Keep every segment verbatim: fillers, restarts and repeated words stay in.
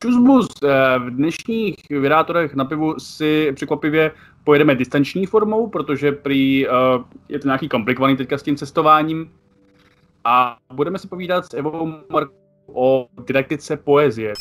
Čusbus, v dnešních vydátorech na pivu si překvapivě pojedeme distanční formou, protože prý je to nějaký komplikovaný teďka s tím cestováním. A budeme si povídat s Evou Markovou o didaktice poezie.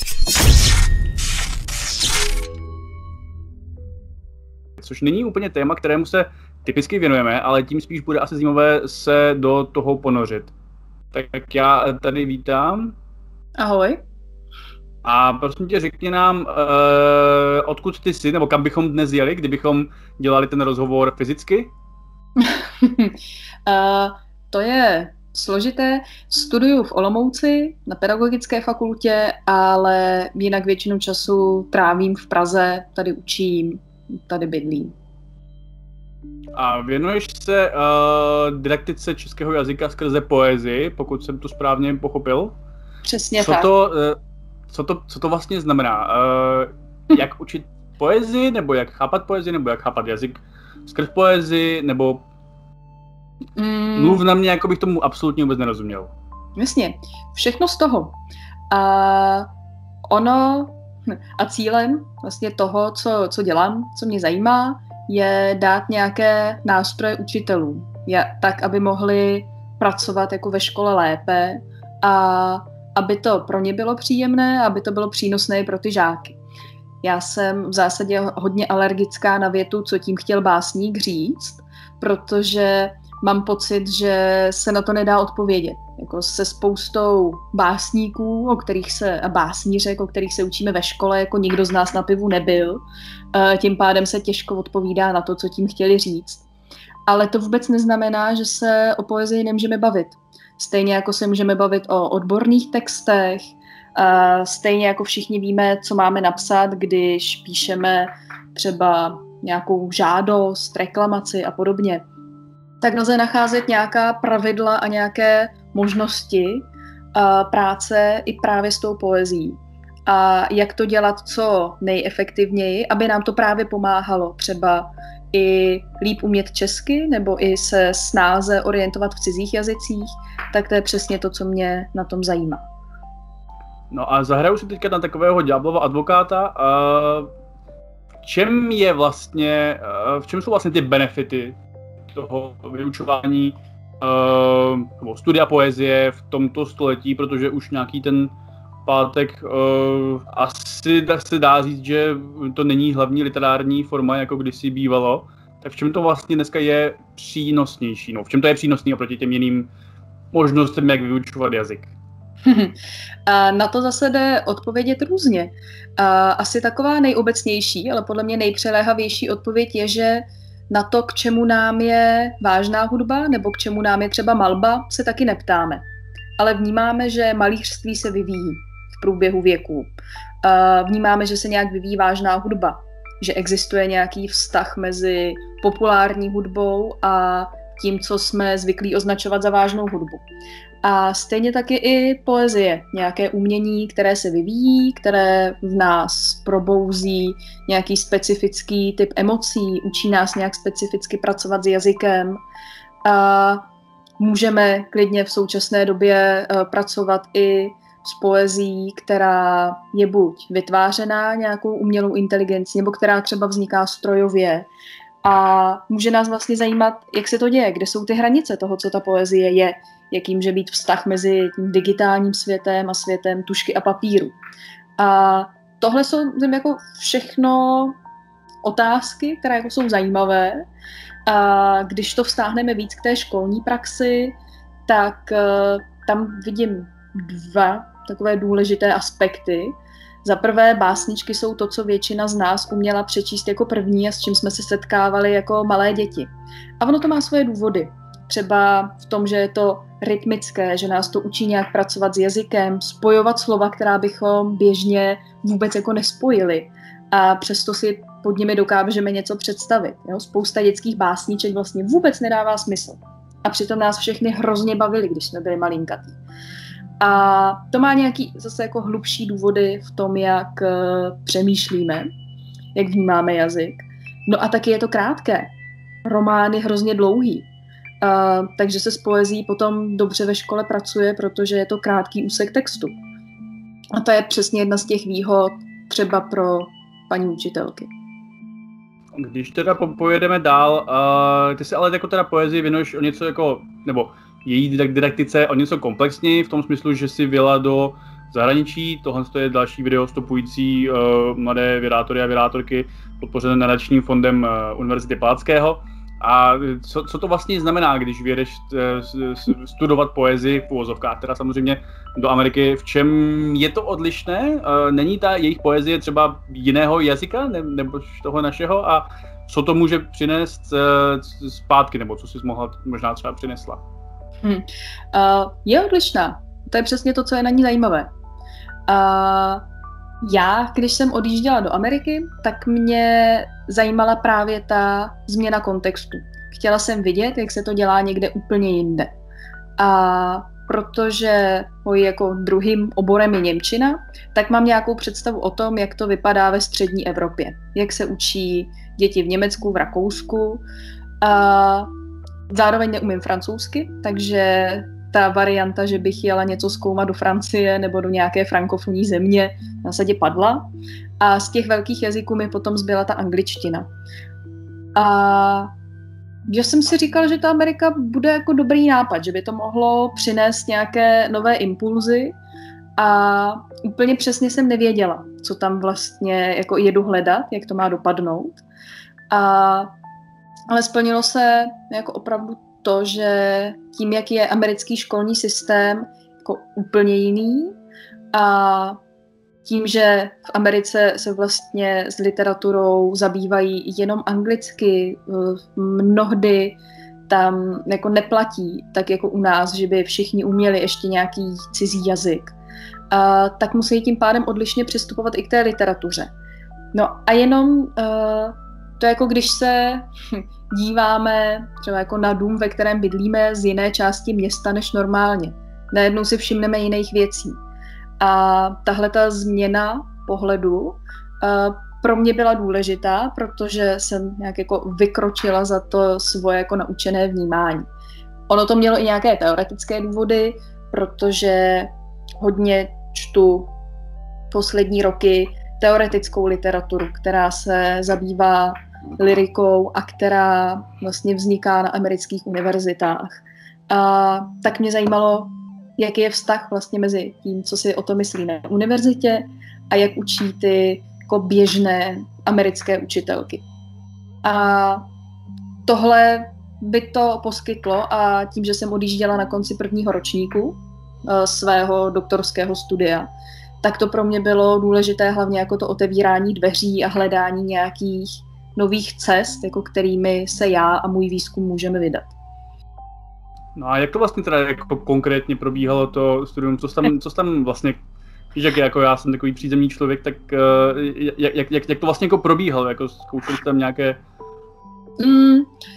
Což není úplně téma, kterému se typicky věnujeme, ale tím spíš bude asi zajímavé se do toho ponořit. Tak já tady vítám. Ahoj. A prosím tě, řekni nám, uh, odkud ty jsi, nebo kam bychom dnes jeli, kdybychom dělali ten rozhovor fyzicky? uh, to je složité. Studuju v Olomouci na pedagogické fakultě, ale jinak většinu času trávím v Praze, tady učím, tady bydlím. A věnuješ se uh, didaktice českého jazyka skrze poezii, pokud jsem to správně pochopil? Přesně co tak. To, uh, co, to, co to vlastně znamená? Uh, jak učit poezii, nebo jak chápat poezii, nebo jak chápat jazyk skrz poezii, nebo mm. mluv na mě, jako bych tomu absolutně vůbec nerozuměl. Jasně, všechno z toho. A ono a cílem vlastně toho, co, co dělám, co mě zajímá, je dát nějaké nástroje učitelům, tak, aby mohli pracovat jako ve škole lépe a aby to pro ně bylo příjemné, aby to bylo přínosné pro ty žáky. Já jsem v zásadě hodně alergická na větu, co tím chtěl básník říct, protože mám pocit, že se na to nedá odpovědět. Jako se spoustou básníků, o kterých se, a básnířek, o kterých se učíme ve škole, jako nikdo z nás na pivu nebyl. Tím pádem se těžko odpovídá na to, co tím chtěli říct. Ale to vůbec neznamená, že se o poezii nemůžeme bavit. Stejně jako se můžeme bavit o odborných textech, stejně jako všichni víme, co máme napsat, když píšeme třeba nějakou žádost, reklamaci a podobně. Tak lze nacházet nějaká pravidla a nějaké možnosti uh, práce i právě s tou poezií. A jak to dělat co nejefektivněji, aby nám to právě pomáhalo třeba i líp umět česky nebo i se snáze orientovat v cizích jazycích, tak to je přesně to, co mě na tom zajímá. No a zahraju si teďka na takového ďáblova advokáta. Uh, v čem je vlastně, uh, v čem jsou vlastně ty benefity toho vyučování uh, nebo studia poezie v tomto století, protože už nějaký ten pátek uh, asi se dá říct, že to není hlavní literární forma, jako kdysi bývalo. Tak v čem to vlastně dneska je přínosnější? No, v čem to je přínosný oproti těm jiným možnostem, jak vyučovat jazyk? Na to zase jde odpovědět různě. Asi taková nejobecnější, ale podle mě nejpřeléhavější odpověď je, že na to, k čemu nám je vážná hudba nebo k čemu nám je třeba malba, se taky neptáme. Ale vnímáme, že malířství se vyvíjí v průběhu věků. Vnímáme, že se nějak vyvíjí vážná hudba, že existuje nějaký vztah mezi populární hudbou a tím, co jsme zvyklí označovat za vážnou hudbu. A stejně taky i poezie, nějaké umění, které se vyvíjí, které v nás probouzí nějaký specifický typ emocí, učí nás nějak specificky pracovat s jazykem. A můžeme klidně v současné době pracovat i s poezií, která je buď vytvářená nějakou umělou inteligencí, nebo která třeba vzniká strojově. A může nás vlastně zajímat, jak se to děje, kde jsou ty hranice toho, co ta poezie je, jaký může být vztah mezi tím digitálním světem a světem tušky a papíru. A tohle jsou jako všechno otázky, které jako jsou zajímavé. A když to vztáhneme víc k té školní praxi, tak uh, tam vidím dva takové důležité aspekty. Za prvé, básničky jsou to, co většina z nás uměla přečíst jako první a s čím jsme se setkávali jako malé děti. A ono to má svoje důvody. Třeba v tom, že je to rytmické, že nás to učí nějak pracovat s jazykem, spojovat slova, která bychom běžně vůbec jako nespojili. A přesto si pod nimi dokážeme něco představit. Jo? Spousta dětských básniček vlastně vůbec nedává smysl. A přitom nás všechny hrozně bavili, když jsme byli malinkatí. A to má nějaký zase jako hlubší důvody v tom, jak uh, přemýšlíme, jak vnímáme jazyk. No a taky je to krátké. Román je hrozně dlouhý. Uh, takže se s poezií potom dobře ve škole pracuje, protože je to krátký úsek textu. A to je přesně jedna z těch výhod třeba pro paní učitelky. Když teda pojedeme dál, uh, ty se ale jako teda poezii věnuješ o něco jako, nebo její didaktice o něco komplexněji, v tom smyslu, že si vyjela do zahraničí, tohle je další video stopující uh, mladé vydátory a vydátorky podpořené nadačním fondem uh, Univerzity Palackého. A co, co to vlastně znamená, když vyjedeš studovat poezii v uvozovkách, teda samozřejmě do Ameriky, v čem je to odlišné? Není ta jejich poezie třeba jiného jazyka ne, nebo toho našeho a co to může přinést zpátky, nebo co jsi mohla možná třeba přinesla? Hmm. Uh, je odlišná, to je přesně to, co je na ní zajímavé. Uh, Já, když jsem odjížděla do Ameriky, tak mě zajímala právě ta změna kontextu. Chtěla jsem vidět, jak se to dělá někde úplně jinde. A protože mojí jako druhým oborem je němčina, tak mám nějakou představu o tom, jak to vypadá ve střední Evropě. Jak se učí děti v Německu, v Rakousku. A zároveň neumím francouzsky, takže ta varianta, že bych jela něco zkoumat do Francie nebo do nějaké frankofonní země, v zásadě padla. A z těch velkých jazyků mi potom zbyla ta angličtina. A já jsem si říkala, že ta Amerika bude jako dobrý nápad, že by to mohlo přinést nějaké nové impulzy a úplně přesně jsem nevěděla, co tam vlastně jako jedu hledat, jak to má dopadnout. A, ale splnilo se jako opravdu to, že tím, jak je americký školní systém jako úplně jiný a tím, že v Americe se vlastně s literaturou zabývají jenom anglicky, mnohdy tam jako neplatí, tak jako u nás, že by všichni uměli ještě nějaký cizí jazyk, a tak musí tím pádem odlišně přistupovat i k té literatuře. No a jenom to jako když se díváme třeba jako na dům, ve kterém bydlíme z jiné části města než normálně. Najednou si všimneme jiných věcí. A tahle ta změna pohledu uh, pro mě byla důležitá, protože jsem nějak jako vykročila za to svoje jako naučené vnímání. Ono to mělo i nějaké teoretické důvody, protože hodně čtu poslední roky teoretickou literaturu, která se zabývá lyrikou a která vlastně vzniká na amerických univerzitách. A tak mě zajímalo, jaký je vztah vlastně mezi tím, co si o to myslí na univerzitě a jak učí ty jako běžné americké učitelky. A tohle by to poskytlo a tím, že jsem odjížděla na konci prvního ročníku uh, svého doktorského studia, tak to pro mě bylo důležité hlavně jako to otevírání dveří a hledání nějakých nových cest, jako kterými se já a můj výzkum můžeme vydat. No a jak to vlastně teda jako konkrétně probíhalo to studium, co jsi tam, co jsi tam vlastně, víš, jak jako já jsem takový přízemní člověk, tak uh, jak, jak, jak, jak to vlastně jako probíhalo, jako zkoušeli jste tam nějaké... Mm,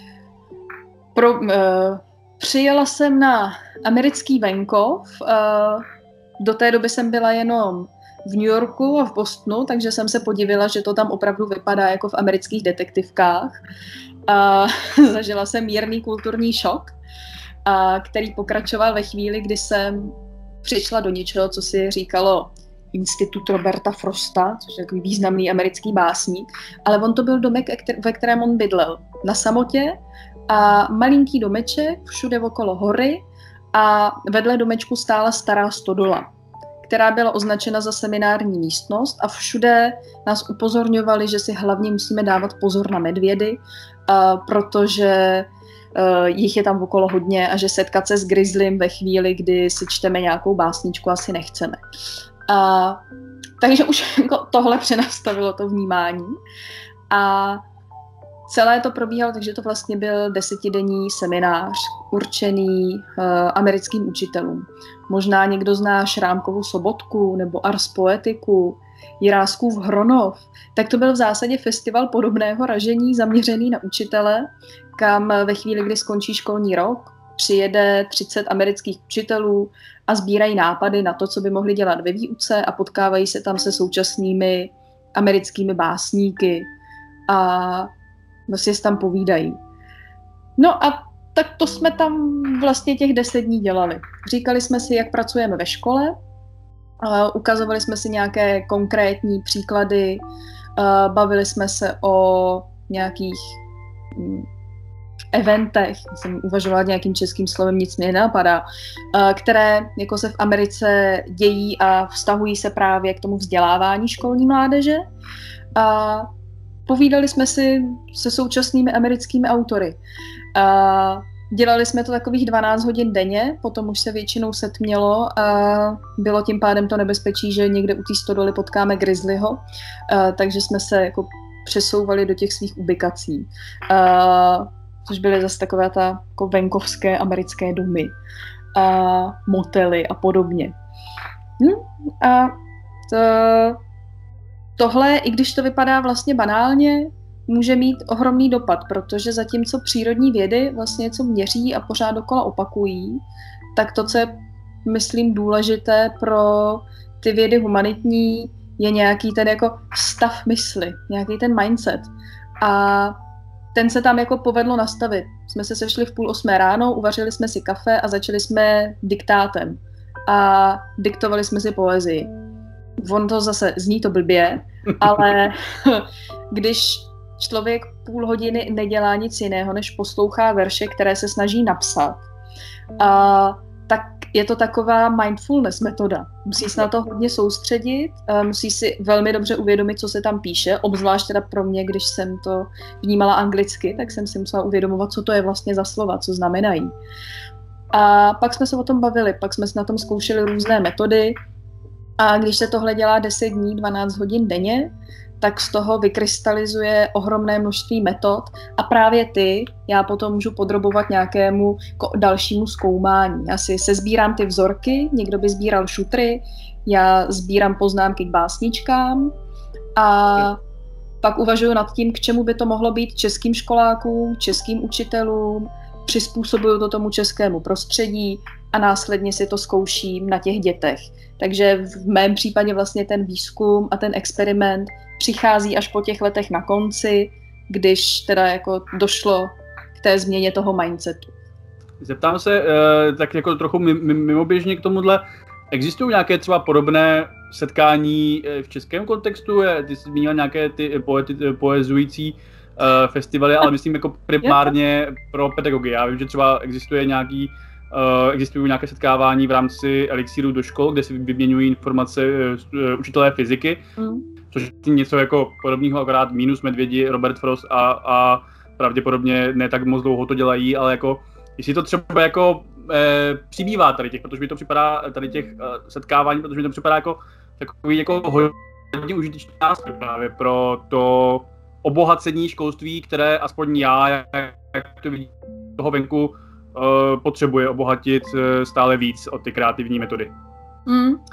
pro, uh, přijela jsem na americký venkov, uh, do té doby jsem byla jenom v New Yorku a v Bostonu, takže jsem se podivila, že to tam opravdu vypadá jako v amerických detektivkách. A zažila jsem mírný kulturní šok, a který pokračoval ve chvíli, kdy jsem přišla do něčeho, co si říkalo Institut Roberta Frosta, což je takový významný americký básník, ale on to byl domek, ve kterém on bydlel na samotě a malinký domeček, všude okolo hory a vedle domečku stála stará stodola, která byla označena za seminární místnost a všude nás upozorňovali, že si hlavně musíme dávat pozor na medvědy, uh, protože uh, jich je tam okolo hodně a že setkat se s grizzlym ve chvíli, kdy si čteme nějakou básničku, asi nechceme. Uh, takže už tohle přenastavilo to vnímání. A celé to probíhalo, takže to vlastně byl desetidenní seminář určený uh, americkým učitelům. Možná někdo zná Šrámkovu Sobotku nebo Ars Poetiku, Jiráskův Hronov. Tak to byl v zásadě festival podobného ražení zaměřený na učitele, kam ve chvíli, kdy skončí školní rok, přijede třicet amerických učitelů a sbírají nápady na to, co by mohli dělat ve výuce a potkávají se tam se současnými americkými básníky a vlastně si tam povídají. No a tak to jsme tam vlastně těch deset dní dělali. Říkali jsme si, jak pracujeme ve škole Uh, ukazovali jsme si nějaké konkrétní příklady, uh, bavili jsme se o nějakých um, eventech, jsem uvažovala nějakým českým slovem, nic mě nenapadá, uh, které jako se v Americe dějí a vztahují se právě k tomu vzdělávání školní mládeže. A povídali jsme si se současnými americkými autory. A dělali jsme to takových dvanáct hodin denně, potom už se většinou setmělo a bylo tím pádem to nebezpečí, že někde u té stodoly potkáme grizzlyho, a takže jsme se jako přesouvali do těch svých ubikací, a, což byly zase takové ta jako venkovské americké domy, a motely a podobně. Hm? A to, tohle, i když to vypadá vlastně banálně, může mít ohromný dopad, protože zatímco přírodní vědy vlastně něco měří a pořád dokola opakují, tak to, co je, myslím, důležité pro ty vědy humanitní, je nějaký ten jako stav mysli, nějaký ten mindset. A ten se tam jako povedlo nastavit. Jsme se sešli v půl osmé ráno, uvařili jsme si kafe a začali jsme diktátem. A diktovali jsme si poezii. On to zase zní to blbě, ale když člověk půl hodiny nedělá nic jiného, než poslouchá verše, které se snaží napsat, a, tak je to taková mindfulness metoda. Musí se na to hodně soustředit, a musí si velmi dobře uvědomit, co se tam píše, obzvlášť teda pro mě, když jsem to vnímala anglicky, tak jsem si musela uvědomovat, co to je vlastně za slova, co znamenají. A pak jsme se o tom bavili, pak jsme si na tom zkoušeli různé metody a když se tohle dělá deset dní, dvanáct hodin denně, tak z toho vykrystalizuje ohromné množství metod a právě ty já potom můžu podrobovat nějakému dalšímu zkoumání. Já si sezbírám ty vzorky, někdo by sbíral šutry, já sbírám poznámky k básničkám a pak uvažuji nad tím, k čemu by to mohlo být českým školákům, českým učitelům, přizpůsobuju to tomu českému prostředí a následně si to zkouším na těch dětech. Takže v mém případě vlastně ten výzkum a ten experiment přichází až po těch letech na konci, když teda jako došlo k té změně toho mindsetu. Zeptám se tak jako trochu mimoběžně k tomuhle. Existují nějaké třeba podobné setkání v českém kontextu? Ty jsi zmínila nějaké ty poety, poezující festivaly, ale myslím jako primárně pro pedagogy. Já vím, že třeba existuje nějaký Uh, existují nějaké setkávání v rámci Elixíru do škol, kde si vyměňují informace uh, učitelé fyziky, mm. což je něco jako podobného, akorát minus Medvědi, Robert Frost a, a pravděpodobně ne tak moc dlouho to dělají, ale jako, jestli to třeba jako eh, přibývá tady těch, protože mi to připadá, tady těch uh, setkávání, protože mi to připadá jako takový jako hodně užitečný nástroj právě pro to obohacení školství, které aspoň já, jak, jak to vidím toho venku, Uh, potřebuje obohatit uh, stále víc o ty kreativní metody. Mm. Uh,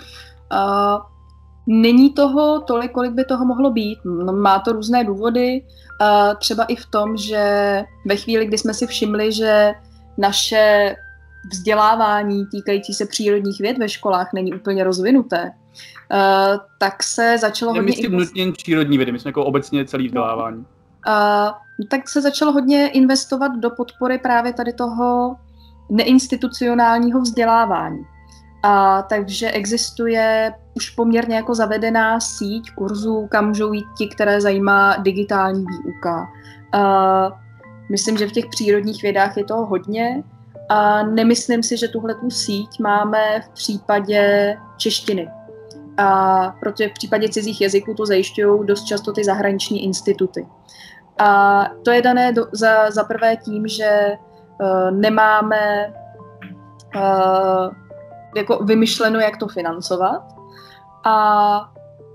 není toho tolik, kolik by toho mohlo být. No, má to různé důvody, uh, třeba i v tom, že ve chvíli, kdy jsme si všimli, že naše vzdělávání týkající se přírodních věd ve školách není úplně rozvinuté, uh, tak se začalo hodně... Nemyslím nutně přírodní vědy, myslím jako obecně celý vzdělávání. Uh, tak se začalo hodně investovat do podpory právě tady toho neinstitucionálního vzdělávání. A takže existuje už poměrně jako zavedená síť kurzů, kam můžou jít ti, které zajímá digitální výuka. Uh, myslím, že v těch přírodních vědách je toho hodně a nemyslím si, že tuhletu síť máme v případě češtiny. A protože v případě cizích jazyků to zajišťují dost často ty zahraniční instituty. A to je dané do, za, za prvé tím, že uh, nemáme uh, jako vymyšleno, jak to financovat. A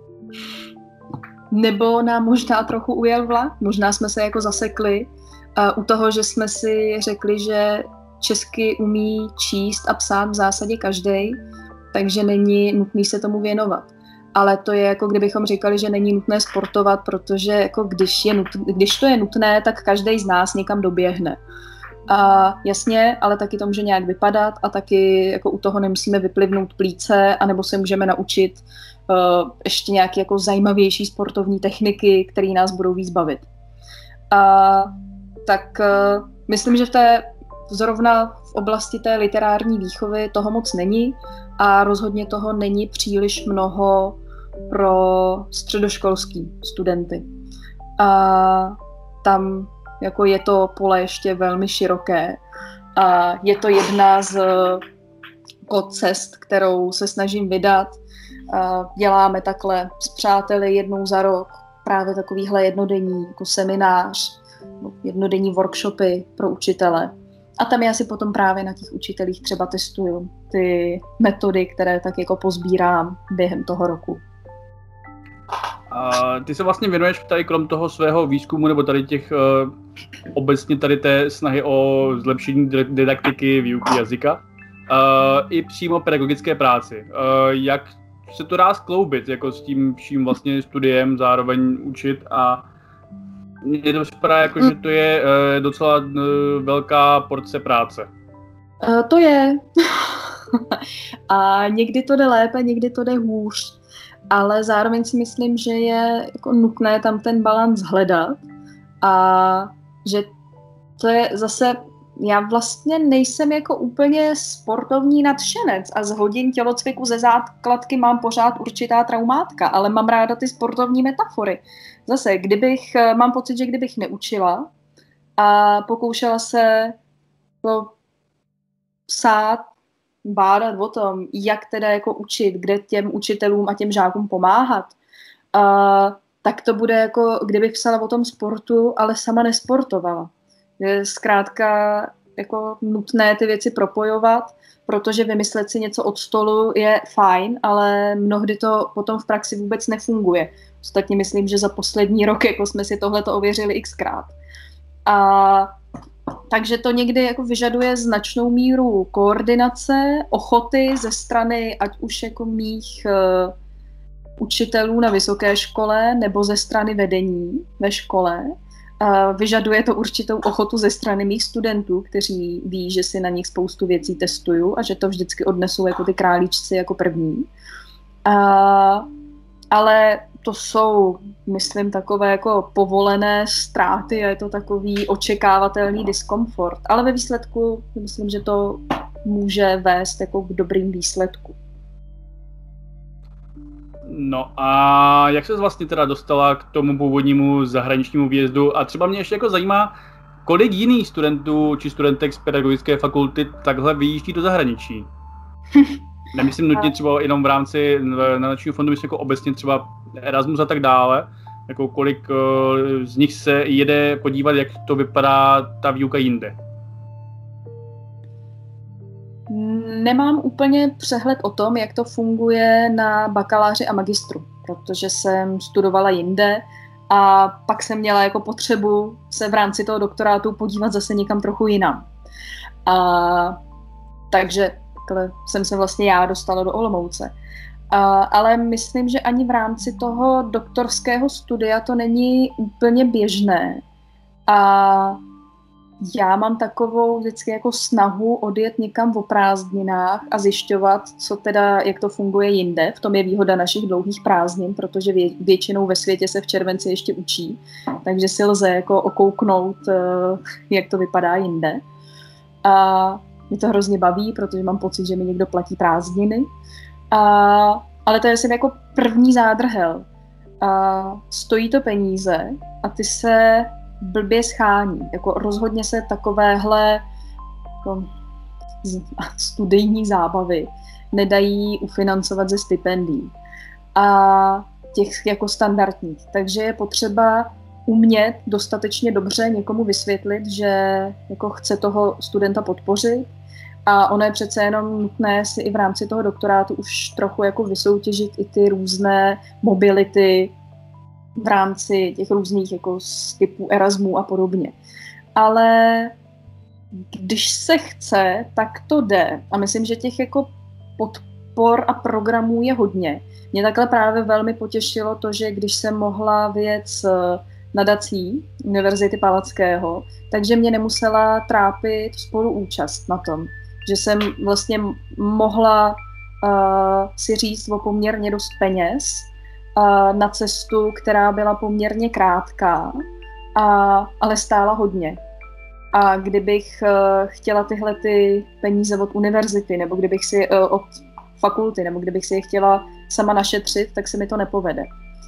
nebo nám možná trochu ujel vlak, možná jsme se jako zasekli uh, u toho, že jsme si řekli, že česky umí číst a psát v zásadě každej, takže není nutný se tomu věnovat. Ale to je jako kdybychom říkali, že není nutné sportovat, protože jako když, je nutné, když to je nutné, tak každý z nás někam doběhne. A jasně, ale taky to může nějak vypadat a taky jako u toho nemusíme vyplivnout plíce, anebo se můžeme naučit uh, ještě nějaké jako zajímavější sportovní techniky, které nás budou víc bavit. A tak uh, myslím, že v té zrovna v oblasti té literární výchovy toho moc není a rozhodně toho není příliš mnoho pro středoškolský studenty. A tam jako je to pole ještě velmi široké a je to jedna z cest, kterou se snažím vydat. A děláme takhle s přáteli jednou za rok právě takovýhle jednodenní jako seminář, jednodenní workshopy pro učitele. A tam já si potom právě na těch učitelích třeba testuju ty metody, které tak jako pozbírám během toho roku. A ty se vlastně věnuješ tady krom toho svého výzkumu nebo tady těch uh, obecně tady té snahy o zlepšení didaktiky výuky jazyka uh, i přímo pedagogické práci. Uh, jak se to dá skloubit jako s tím vším vlastně studiem, zároveň učit a mně to připadá jako, že to je uh, docela uh, velká porce práce. Uh, to je. A někdy to jde lépe, někdy to jde hůř. Ale zároveň si myslím, že je jako nutné tam ten balanc hledat a že to je zase, já vlastně nejsem jako úplně sportovní nadšenec a z hodin tělocviku ze základky mám pořád určitá traumátka, ale mám ráda ty sportovní metafory. Zase, kdybych, mám pocit, že kdybych neučila a pokoušela se to psát, bádat o tom, jak teda jako učit, kde těm učitelům a těm žákům pomáhat, uh, tak to bude jako, kdybych psala o tom sportu, ale sama nesportovala. Je zkrátka jako nutné ty věci propojovat, protože vymyslet si něco od stolu je fajn, ale mnohdy to potom v praxi vůbec nefunguje. Ostatně myslím, že za poslední rok jako jsme si tohleto ověřili xkrát. A takže to někdy jako vyžaduje značnou míru koordinace, ochoty ze strany ať už jako mých uh, učitelů na vysoké škole nebo ze strany vedení ve škole. Uh, vyžaduje to určitou ochotu ze strany mých studentů, kteří ví, že si na nich spoustu věcí testuju a že to vždycky odnesou jako ty králíčci jako první. Uh, ale to jsou, myslím, takové jako povolené ztráty a je to takový očekávatelný diskomfort. Ale ve výsledku myslím, že to může vést jako k dobrým výsledkům. No a jak ses vlastně teda dostala k tomu původnímu zahraničnímu výjezdu? A třeba mě ještě jako zajímá, kolik jiných studentů či studentek z pedagogické fakulty takhle vyjíždí do zahraničí? Nemyslím nutně třeba jenom v rámci nadačního fondu, myslím jako obecně třeba Erasmus a tak dále, jako kolik uh, z nich se jede podívat, jak to vypadá ta výuka jinde. Nemám úplně přehled o tom, jak to funguje na bakaláři a magistru, protože jsem studovala jinde a pak jsem měla jako potřebu se v rámci toho doktorátu podívat zase někam trochu jinam. A, takže takhle jsem se vlastně já dostala do Olomouce. A, ale myslím, že ani v rámci toho doktorského studia to není úplně běžné. A já mám takovou vždycky jako snahu odjet někam o prázdninách a zjišťovat, co teda, jak to funguje jinde. V tom je výhoda našich dlouhých prázdnin, protože vě, většinou ve světě se v červenci ještě učí, takže si lze jako okouknout, jak to vypadá jinde. A mě to hrozně baví, protože mám pocit, že mi někdo platí prázdniny. A, ale to je asi jako první zádrhel. A stojí to peníze a ty se blbě schání. Jako rozhodně se takovéhle jako studijní zábavy nedají ufinancovat ze stipendií. A těch jako standardních. Takže je potřeba umět dostatečně dobře někomu vysvětlit, že jako chce toho studenta podpořit. A ono je přece jenom nutné si i v rámci toho doktorátu už trochu jako vysoutěžit i ty různé mobility v rámci těch různých jako typů Erasmů a podobně. Ale když se chce, tak to jde. A myslím, že těch jako podpor a programů je hodně. Mě takhle právě velmi potěšilo to, že když jsem mohla vyjet s nadací Univerzity Palackého, takže mě nemusela trápit spoluúčast na tom. Že jsem vlastně mohla uh, si říct o poměrně dost peněz uh, na cestu, která byla poměrně krátká, uh, ale stála hodně. A kdybych uh, chtěla tyhle ty peníze od univerzity, nebo kdybych si uh, od fakulty, nebo kdybych si je chtěla sama našetřit, tak se mi to nepovede.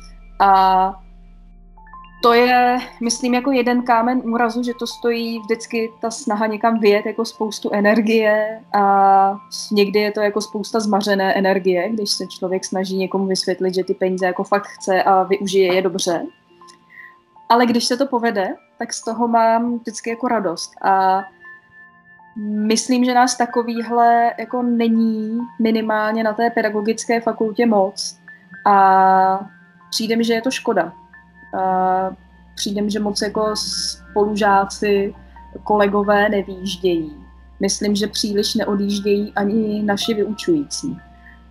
A to je, myslím, jako jeden kámen úrazu, že to stojí vždycky ta snaha někam vyjet jako spoustu energie a někdy je to jako spousta zmařené energie, když se člověk snaží někomu vysvětlit, že ty peníze jako fakt chce a využije je dobře. Ale když se to povede, tak z toho mám vždycky jako radost a myslím, že nás takovýhle jako není minimálně na té pedagogické fakultě moc a přijde mi, že je to škoda. A přijde mi, že moc jako spolužáci, kolegové nevýjíždějí. Myslím, že příliš neodjíždějí ani naši vyučující.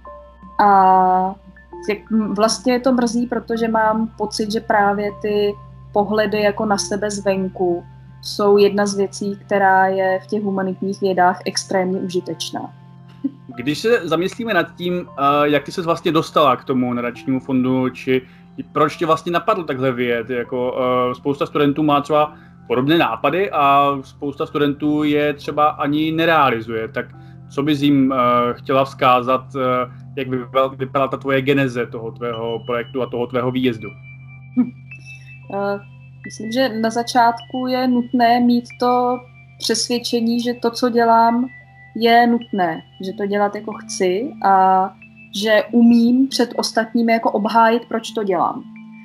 A vlastně je to mrzí, protože mám pocit, že právě ty pohledy jako na sebe zvenku jsou jedna z věcí, která je v těch humanitních vědách extrémně užitečná. Když se zamyslíme nad tím, jak ty se vlastně dostala k tomu nadačnímu fondu, či proč tě vlastně napadlo takhle vyjet, jako spousta studentů má třeba podobné nápady a spousta studentů je třeba ani nerealizuje, tak co bys jim chtěla vzkázat, jak vypadala ta tvoje geneze toho tvého projektu a toho tvého výjezdu? Hm. Uh, myslím, že na začátku je nutné mít to přesvědčení, že to, co dělám, je nutné, že to dělat jako chci a že umím před ostatními jako obhájit, proč to dělám.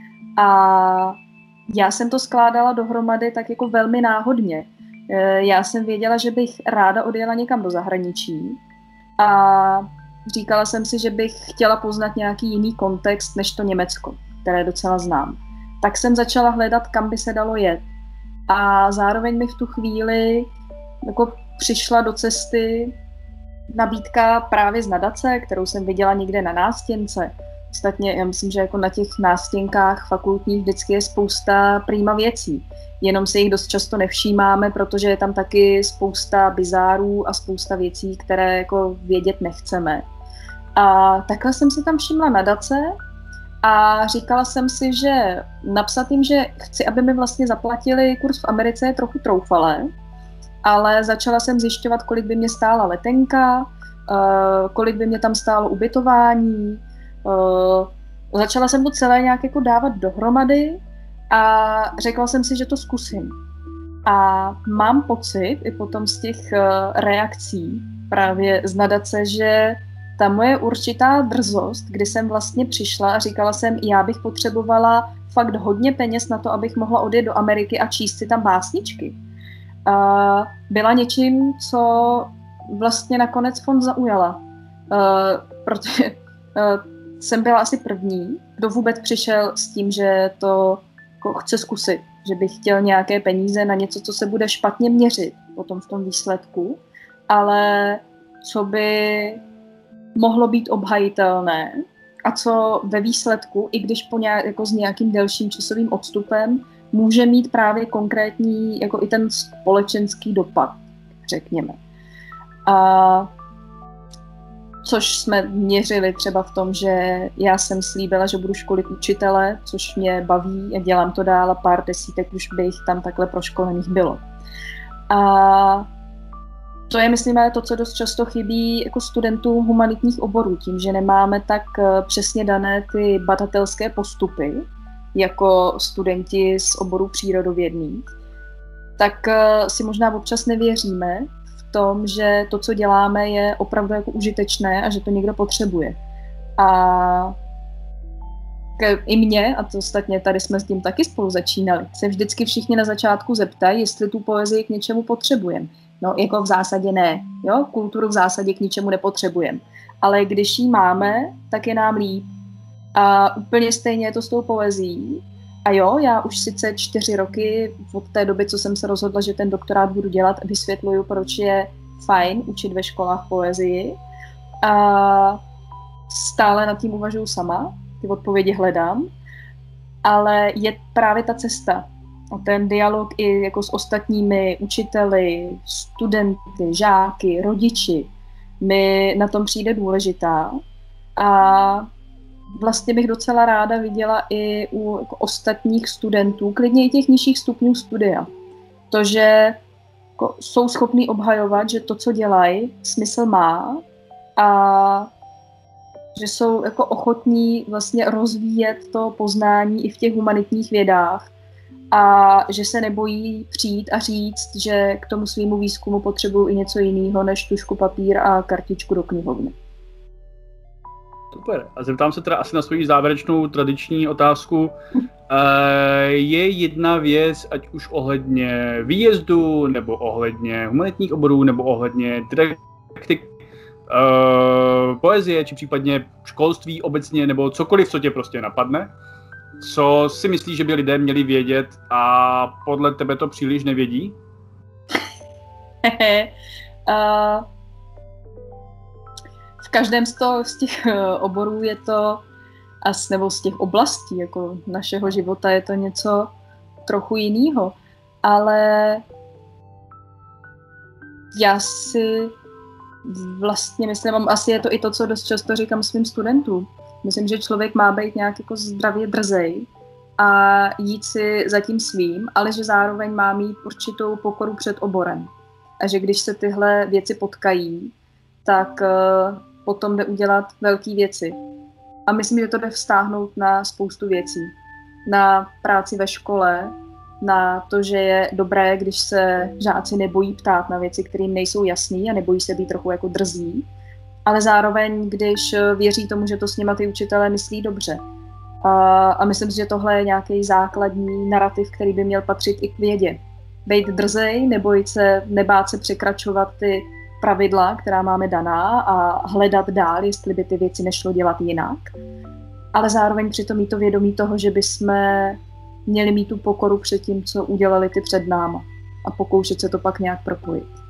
A já jsem to skládala dohromady tak jako velmi náhodně. Uh, já jsem věděla, že bych ráda odjela někam do zahraničí a říkala jsem si, že bych chtěla poznat nějaký jiný kontext než to Německo, které docela znám. Tak jsem začala hledat, kam by se dalo jet. A zároveň mi v tu chvíli jako přišla do cesty nabídka právě z nadace, kterou jsem viděla někde na nástěnce. Ostatně já myslím, že jako na těch nástěnkách fakultních vždycky je spousta prýma věcí. Jenom se jich dost často nevšímáme, protože je tam taky spousta bizárů a spousta věcí, které jako vědět nechceme. A takhle jsem si tam všimla nadace a říkala jsem si, že napsat jim, že chci, aby mi vlastně zaplatili kurz v Americe, je trochu troufalé, ale začala jsem zjišťovat, kolik by mě stála letenka, kolik by mě tam stálo ubytování. Začala jsem to celé nějak jako dávat dohromady a řekla jsem si, že to zkusím. A mám pocit i potom z těch reakcí právě z nadace, že ta moje určitá drzost, kdy jsem vlastně přišla a říkala jsem, já bych potřebovala fakt hodně peněz na to, abych mohla odjet do Ameriky a číst si tam básničky. Uh, byla něčím, co vlastně nakonec fond zaujala. Uh, protože uh, jsem byla asi první, kdo vůbec přišel s tím, že to jako chce zkusit, že bych chtěl nějaké peníze na něco, co se bude špatně měřit potom v tom výsledku, ale co by mohlo být obhajitelné a co ve výsledku, i když po nějak, jako s nějakým delším časovým odstupem, může mít právě konkrétní, jako i ten společenský dopad, řekněme. A což jsme měřili třeba v tom, že já jsem slíbila, že budu školit učitele, což mě baví a dělám to dál a pár desítek už by jich tam takhle proškolených bylo. A to je, myslím, to, co dost často chybí jako studentům humanitních oborů, tím, že nemáme tak přesně dané ty badatelské postupy, jako studenti z oborů přírodovědných, tak si možná občas nevěříme v tom, že to, co děláme, je opravdu jako užitečné a že to někdo potřebuje. A i mě, a to ostatně tady jsme s tím taky spolu začínali, se vždycky všichni na začátku zeptají, jestli tu poezii k něčemu potřebujeme. No, jako v zásadě ne, jo, kulturu v zásadě k ničemu nepotřebujeme. Ale když ji máme, tak je nám líp. A úplně stejně je to s tou poezií. A jo, já už sice čtyři roky od té doby, co jsem se rozhodla, že ten doktorát budu dělat, vysvětluju, proč je fajn učit ve školách poezii. A stále nad tím uvažuju sama, ty odpovědi hledám. Ale je právě ta cesta. A ten dialog i jako s ostatními učiteli, studenty, žáky, rodiči mi na tom přijde důležitá. A vlastně bych docela ráda viděla i u jako ostatních studentů, klidně i těch nižších stupňů studia. To, že jako jsou schopní obhajovat, že to, co dělají, smysl má a že jsou jako ochotní vlastně rozvíjet to poznání i v těch humanitních vědách a že se nebojí přijít a říct, že k tomu svýmu výzkumu potřebují i něco jiného než tužku, papír a kartičku do knihovny. Super. A zeptám se teda asi na svoji závěrečnou tradiční otázku. Je jedna věc, ať už ohledně výjezdu, nebo ohledně humanitních oborů, nebo ohledně didaktiky, Uh, poezie, či případně školství obecně, nebo cokoliv, co tě prostě napadne, co si myslíš, že by lidé měli vědět a podle tebe to příliš nevědí? uh, v každém z, to, z těch oborů je to, nebo z těch oblastí jako našeho života je to něco trochu jiného, ale já si vlastně myslím, asi je to i to, co dost často říkám svým studentům. Myslím, že člověk má být nějak jako zdravě drzej a jít si za tím svým, ale že zároveň má mít určitou pokoru před oborem. A že když se tyhle věci potkají, tak uh, potom jde udělat velké věci. A myslím, že to jde vztáhnout na spoustu věcí. Na práci ve škole, na to, že je dobré, když se žáci nebojí ptát na věci, které jim nejsou jasný a nebojí se být trochu jako drzí, ale zároveň, když věří tomu, že to s nima ty učitelé myslí dobře. A, a myslím si, že tohle je nějaký základní narrativ, který by měl patřit i k vědě. Bejt drzej, nebojit se, nebát se překračovat ty pravidla, která máme daná a hledat dál, jestli by ty věci nešlo dělat jinak. Ale zároveň přitom mít to vědomí toho, že bychom měli mít tu pokoru před tím, co udělali ty před náma a pokoušet se to pak nějak propojit.